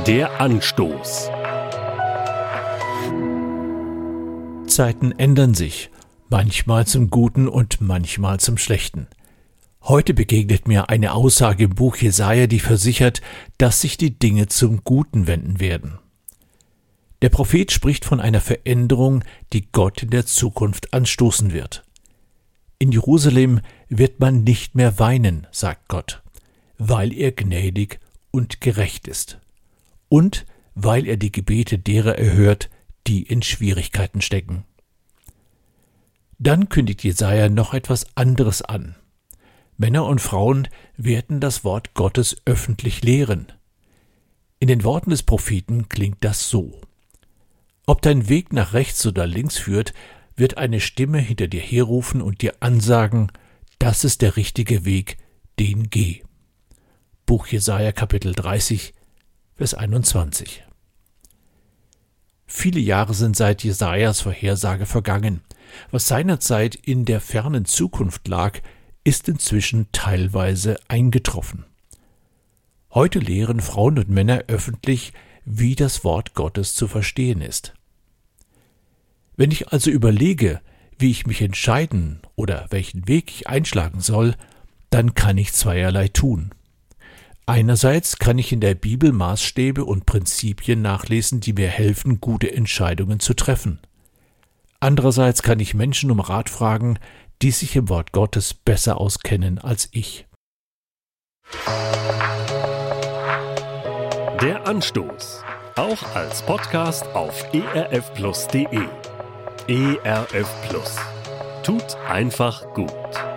Der Anstoß. Zeiten ändern sich, manchmal zum Guten und manchmal zum Schlechten. Heute begegnet mir eine Aussage im Buch Jesaja, die versichert, dass sich die Dinge zum Guten wenden werden. Der Prophet spricht von einer Veränderung, die Gott in der Zukunft anstoßen wird. In Jerusalem wird man nicht mehr weinen, sagt Gott, weil er gnädig und gerecht ist. Und weil er die Gebete derer erhört, die in Schwierigkeiten stecken. Dann kündigt Jesaja noch etwas anderes an. Männer und Frauen werden das Wort Gottes öffentlich lehren. In den Worten des Propheten klingt das so: Ob dein Weg nach rechts oder links führt, wird eine Stimme hinter dir herrufen und dir ansagen, das ist der richtige Weg, den geh. Buch Jesaja, Kapitel 30, Vers 21. Viele Jahre sind seit Jesajas Vorhersage vergangen. Was seinerzeit in der fernen Zukunft lag, ist inzwischen teilweise eingetroffen. Heute lehren Frauen und Männer öffentlich, wie das Wort Gottes zu verstehen ist. Wenn ich also überlege, wie ich mich entscheiden oder welchen Weg ich einschlagen soll, dann kann ich zweierlei tun. Einerseits kann ich in der Bibel Maßstäbe und Prinzipien nachlesen, die mir helfen, gute Entscheidungen zu treffen. Andererseits kann ich Menschen um Rat fragen, die sich im Wort Gottes besser auskennen als ich. Der Anstoß. Auch als Podcast auf erfplus.de. ERF Plus. Tut einfach gut.